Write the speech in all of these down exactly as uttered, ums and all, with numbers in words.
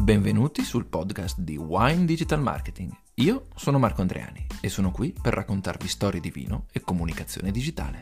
Benvenuti sul podcast di Wine Digital Marketing. Io sono Marco Andreani e sono qui per raccontarvi storie di vino e comunicazione digitale.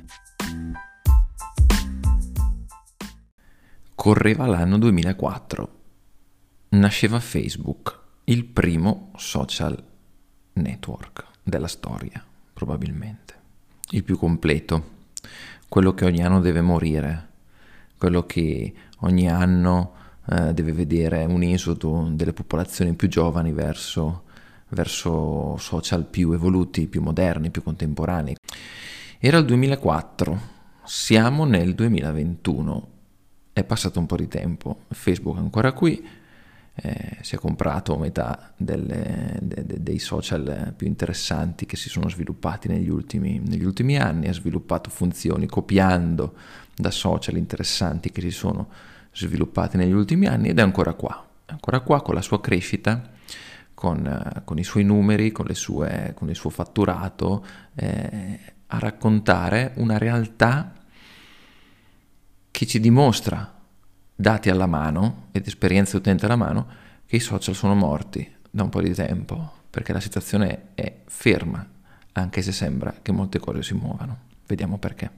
Correva l'anno duemilaquattro. Nasceva Facebook, il primo social network della storia, probabilmente. Il più completo, quello che ogni anno deve morire, quello che ogni anno eh, deve vedere un esodo delle popolazioni più giovani verso, verso social più evoluti, più moderni, più contemporanei. Era il duemilaquattro, siamo nel duemilaventuno, è passato un po' di tempo, Facebook è ancora qui, eh, si è comprato metà delle, de, de, dei social più interessanti che si sono sviluppati negli ultimi, negli ultimi anni, ha sviluppato funzioni copiando da social interessanti che si sono sviluppati negli ultimi anni ed è ancora qua, è ancora qua con la sua crescita, con, eh, con i suoi numeri, con, le sue, con il suo fatturato, eh, a raccontare una realtà che ci dimostra, dati alla mano ed esperienze utente alla mano, che i social sono morti da un po' di tempo, perché la situazione è ferma, anche se sembra che molte cose si muovano. Vediamo perché.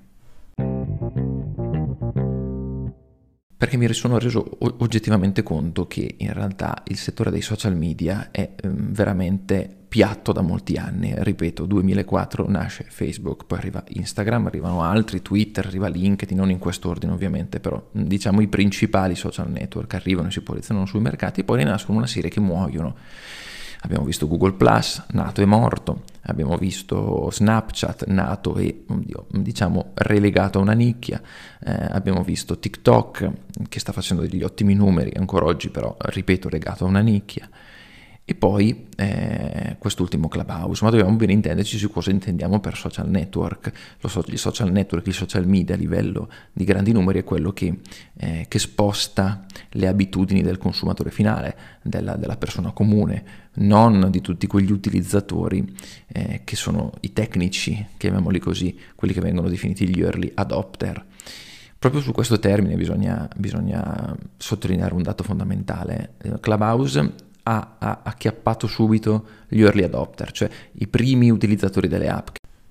Perché mi sono reso oggettivamente conto che in realtà il settore dei social media è um, veramente piatto da molti anni. Ripeto, duemilaquattro nasce Facebook, poi arriva Instagram, arrivano altri, Twitter, arriva LinkedIn, non in quest'ordine ovviamente, però diciamo i principali social network arrivano e si posizionano sui mercati, poi ne nascono una serie che muoiono. Abbiamo visto Google Plus, nato e morto, abbiamo visto Snapchat, nato e oddio, diciamo relegato a una nicchia, eh, abbiamo visto TikTok che sta facendo degli ottimi numeri, ancora oggi però, ripeto, legato a una nicchia, e poi eh, quest'ultimo Clubhouse, ma dobbiamo ben intenderci su cosa intendiamo per social network. Lo so, il social network, il social media a livello di grandi numeri è quello che, eh, che sposta le abitudini del consumatore finale, della, della persona comune, non di tutti quegli utilizzatori eh, che sono i tecnici, chiamiamoli così, quelli che vengono definiti gli early adopter. Proprio su questo termine bisogna, bisogna sottolineare un dato fondamentale. Clubhouse ha, ha acchiappato subito gli early adopter, cioè i primi utilizzatori delle app,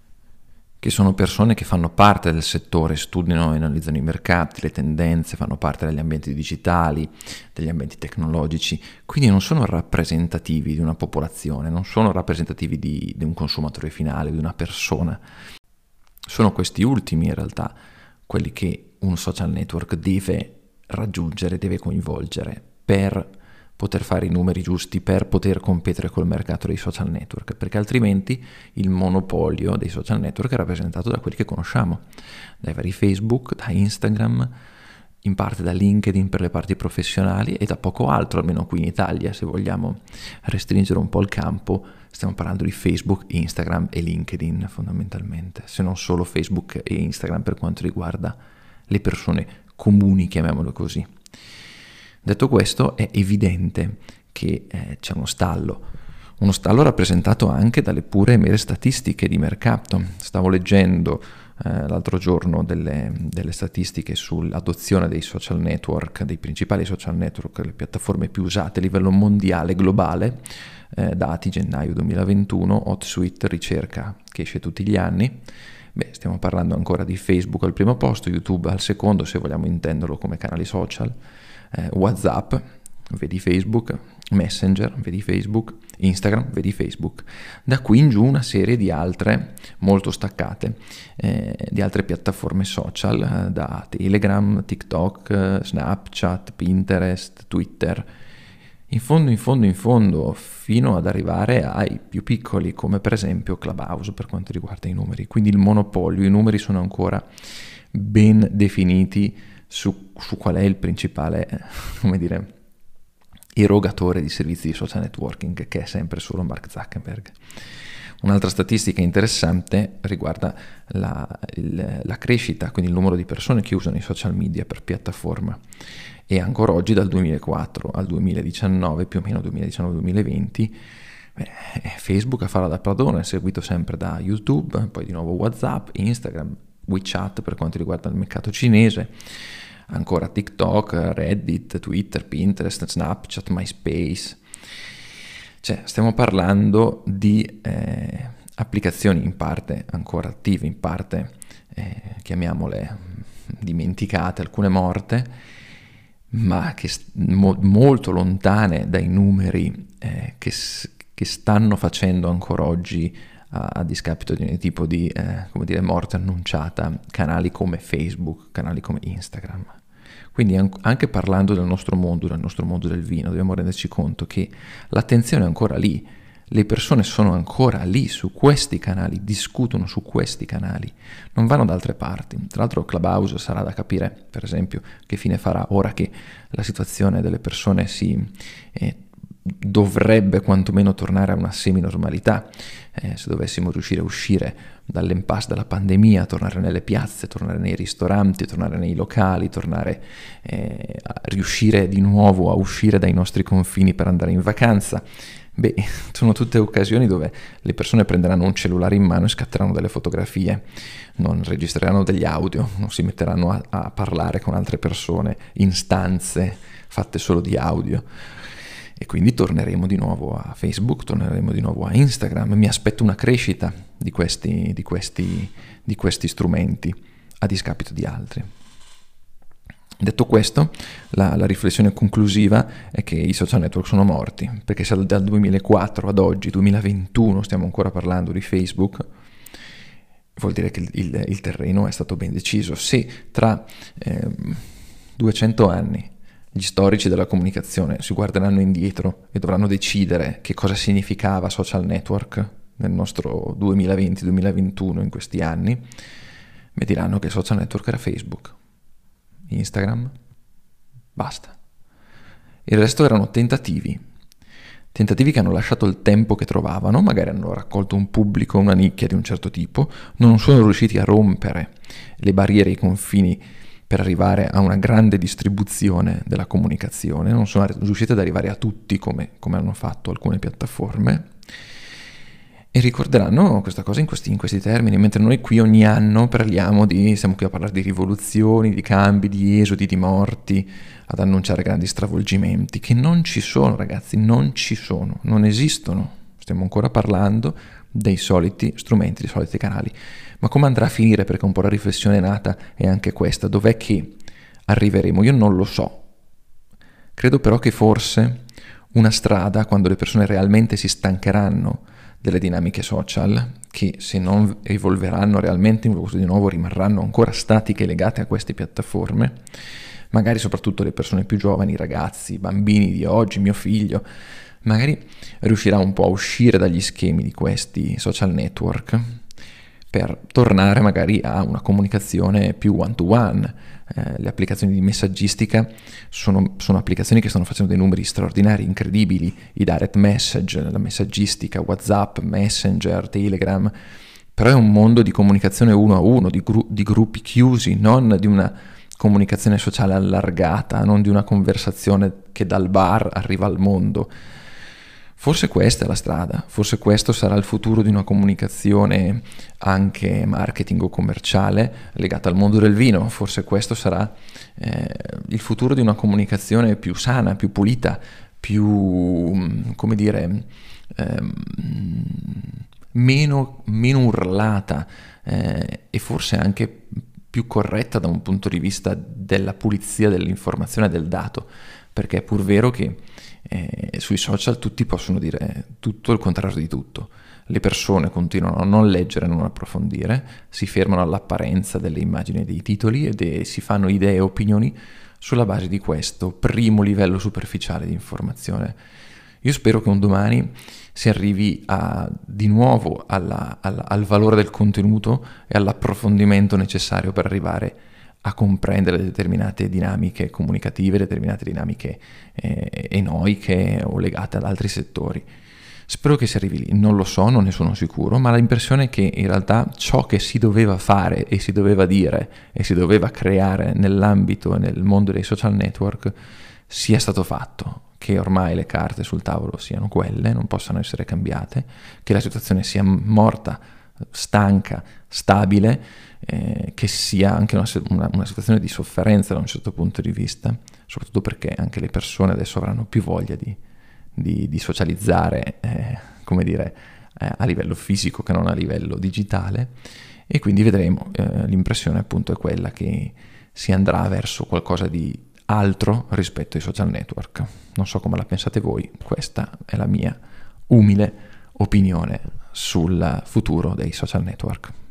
che sono persone che fanno parte del settore, studiano e analizzano i mercati, le tendenze, fanno parte degli ambienti digitali, degli ambienti tecnologici, quindi non sono rappresentativi di una popolazione, non sono rappresentativi di, di un consumatore finale, di una persona. Sono questi ultimi in realtà quelli che un social network deve raggiungere, deve coinvolgere per poter fare i numeri giusti, per poter competere col mercato dei social network, perché altrimenti il monopolio dei social network è rappresentato da quelli che conosciamo, dai vari Facebook, da Instagram, in parte da LinkedIn per le parti professionali e da poco altro, almeno qui in Italia. Se vogliamo restringere un po' il campo, stiamo parlando di Facebook, Instagram e LinkedIn fondamentalmente, se non solo Facebook e Instagram per quanto riguarda le persone comuni, chiamiamolo così. Detto questo, è evidente che eh, c'è uno stallo, uno stallo rappresentato anche dalle pure e mere statistiche di mercato. Stavo leggendo eh, l'altro giorno delle, delle statistiche sull'adozione dei social network, dei principali social network, le piattaforme più usate a livello mondiale, globale, eh, dati gennaio duemilaventuno, HotSuite, ricerca che esce tutti gli anni. Beh, stiamo parlando ancora di Facebook al primo posto, YouTube al secondo, se vogliamo intenderlo come canali social, eh, WhatsApp, vedi Facebook, Messenger, vedi Facebook, Instagram, vedi Facebook. Da qui in giù una serie di altre, molto staccate, eh, di altre piattaforme social, eh, da Telegram, TikTok, eh, Snapchat, Pinterest, Twitter. In fondo, in fondo, in fondo, fino ad arrivare ai più piccoli, come per esempio Clubhouse per quanto riguarda i numeri. Quindi il monopolio, i numeri sono ancora ben definiti su, su qual è il principale, come dire, erogatore di servizi di social networking, che è sempre solo Mark Zuckerberg. Un'altra statistica interessante riguarda la, il, la crescita, quindi il numero di persone che usano i social media per piattaforma. E ancora oggi, dal duemilaquattro al duemiladiciannove, più o meno duemiladiciannove duemilaventi, beh, Facebook a farla da padrone, seguito sempre da YouTube, poi di nuovo WhatsApp, Instagram, WeChat per quanto riguarda il mercato cinese. ancora TikTok, Reddit, Twitter, Pinterest, Snapchat, MySpace. Cioè, stiamo parlando di eh, applicazioni in parte ancora attive, in parte eh, chiamiamole dimenticate, alcune morte, ma che mo- molto lontane dai numeri eh, che, che stanno facendo ancora oggi a, a discapito di ogni tipo di eh, come dire, morte annunciata, canali come Facebook, canali come Instagram. Quindi anche parlando del nostro mondo, del nostro mondo del vino, dobbiamo renderci conto che l'attenzione è ancora lì, le persone sono ancora lì su questi canali, discutono su questi canali, non vanno da altre parti. Tra l'altro Clubhouse sarà da capire, per esempio, che fine farà ora che la situazione delle persone si eh, dovrebbe quantomeno tornare a una semi-normalità. Eh, se dovessimo riuscire a uscire dall'impasse della pandemia, tornare nelle piazze, tornare nei ristoranti, tornare nei locali, tornare eh, a riuscire di nuovo a uscire dai nostri confini per andare in vacanza, beh, sono tutte occasioni dove le persone prenderanno un cellulare in mano e scatteranno delle fotografie, non registreranno degli audio, non si metteranno a, a parlare con altre persone in stanze fatte solo di audio. E quindi torneremo di nuovo a Facebook, torneremo di nuovo a Instagram. Mi aspetto una crescita di questi, di questi, di questi strumenti a discapito di altri. Detto questo, la, la riflessione conclusiva è che i social network sono morti, perché se dal duemilaquattro ad oggi, duemilaventuno, stiamo ancora parlando di Facebook, vuol dire che il, il, il terreno è stato ben deciso. Se tra eh, duecento anni gli storici della comunicazione si guarderanno indietro e dovranno decidere che cosa significava social network nel nostro duemilaventi duemilaventuno, in questi anni, mi diranno che il social network era Facebook, Instagram, basta. Il resto erano tentativi, tentativi che hanno lasciato il tempo che trovavano, magari hanno raccolto un pubblico, una nicchia di un certo tipo, non sono riusciti a rompere le barriere e i confini per arrivare a una grande distribuzione della comunicazione, non sono riusciti ad arrivare a tutti come, come hanno fatto alcune piattaforme, e ricorderanno questa cosa in questi, in questi termini, mentre noi qui ogni anno parliamo di, siamo qui a parlare di rivoluzioni, di cambi, di esodi, di morti, ad annunciare grandi stravolgimenti, che non ci sono, ragazzi, non ci sono, non esistono, stiamo ancora parlando dei soliti strumenti, dei soliti canali. Ma come andrà a finire? Perché un po' la riflessione nata è anche questa. Dov'è che arriveremo? Io non lo so. Credo però che forse una strada, quando le persone realmente si stancheranno delle dinamiche social, che se non evolveranno realmente, di nuovo rimarranno ancora statiche legate a queste piattaforme, magari soprattutto le persone più giovani, i ragazzi, i bambini di oggi, mio figlio, magari riuscirà un po' a uscire dagli schemi di questi social network per tornare magari a una comunicazione più one to one. Eh, le applicazioni di messaggistica sono, sono applicazioni che stanno facendo dei numeri straordinari, incredibili, i direct message, la messaggistica, WhatsApp, Messenger, Telegram, però è un mondo di comunicazione uno a uno, di, gru- di gruppi chiusi, non di una comunicazione sociale allargata, non di una conversazione che dal bar arriva al mondo. Forse questa è la strada, forse questo sarà il futuro di una comunicazione anche marketing o commerciale legata al mondo del vino, forse questo sarà eh, il futuro di una comunicazione più sana, più pulita, più, come dire, ehm, meno, meno urlata eh, e forse anche più corretta da un punto di vista della pulizia dell'informazione e del dato, perché è pur vero che Eh, sui social tutti possono dire tutto il contrario di tutto. Le persone continuano a non leggere, a non approfondire, si fermano all'apparenza delle immagini e dei titoli ed e si fanno idee e opinioni sulla base di questo primo livello superficiale di informazione. Io spero che un domani si arrivi a, di nuovo alla, alla, al valore del contenuto e all'approfondimento necessario per arrivare a comprendere determinate dinamiche comunicative, determinate dinamiche eh, enoiche o legate ad altri settori. Spero che si arrivi lì, non lo so, non ne sono sicuro, ma l'impressione è che in realtà ciò che si doveva fare e si doveva dire e si doveva creare nell'ambito e nel mondo dei social network sia stato fatto, che ormai le carte sul tavolo siano quelle, non possano essere cambiate, che la situazione sia morta, stanca, stabile, eh, che sia anche una, una, una situazione di sofferenza da un certo punto di vista, soprattutto perché anche le persone adesso avranno più voglia di, di, di socializzare, eh, come dire, eh, a livello fisico che non a livello digitale, e quindi vedremo. Eh, l'impressione appunto è quella che si andrà verso qualcosa di altro rispetto ai social network. Non so come la pensate voi, questa è la mia umile opinione sul futuro dei social network.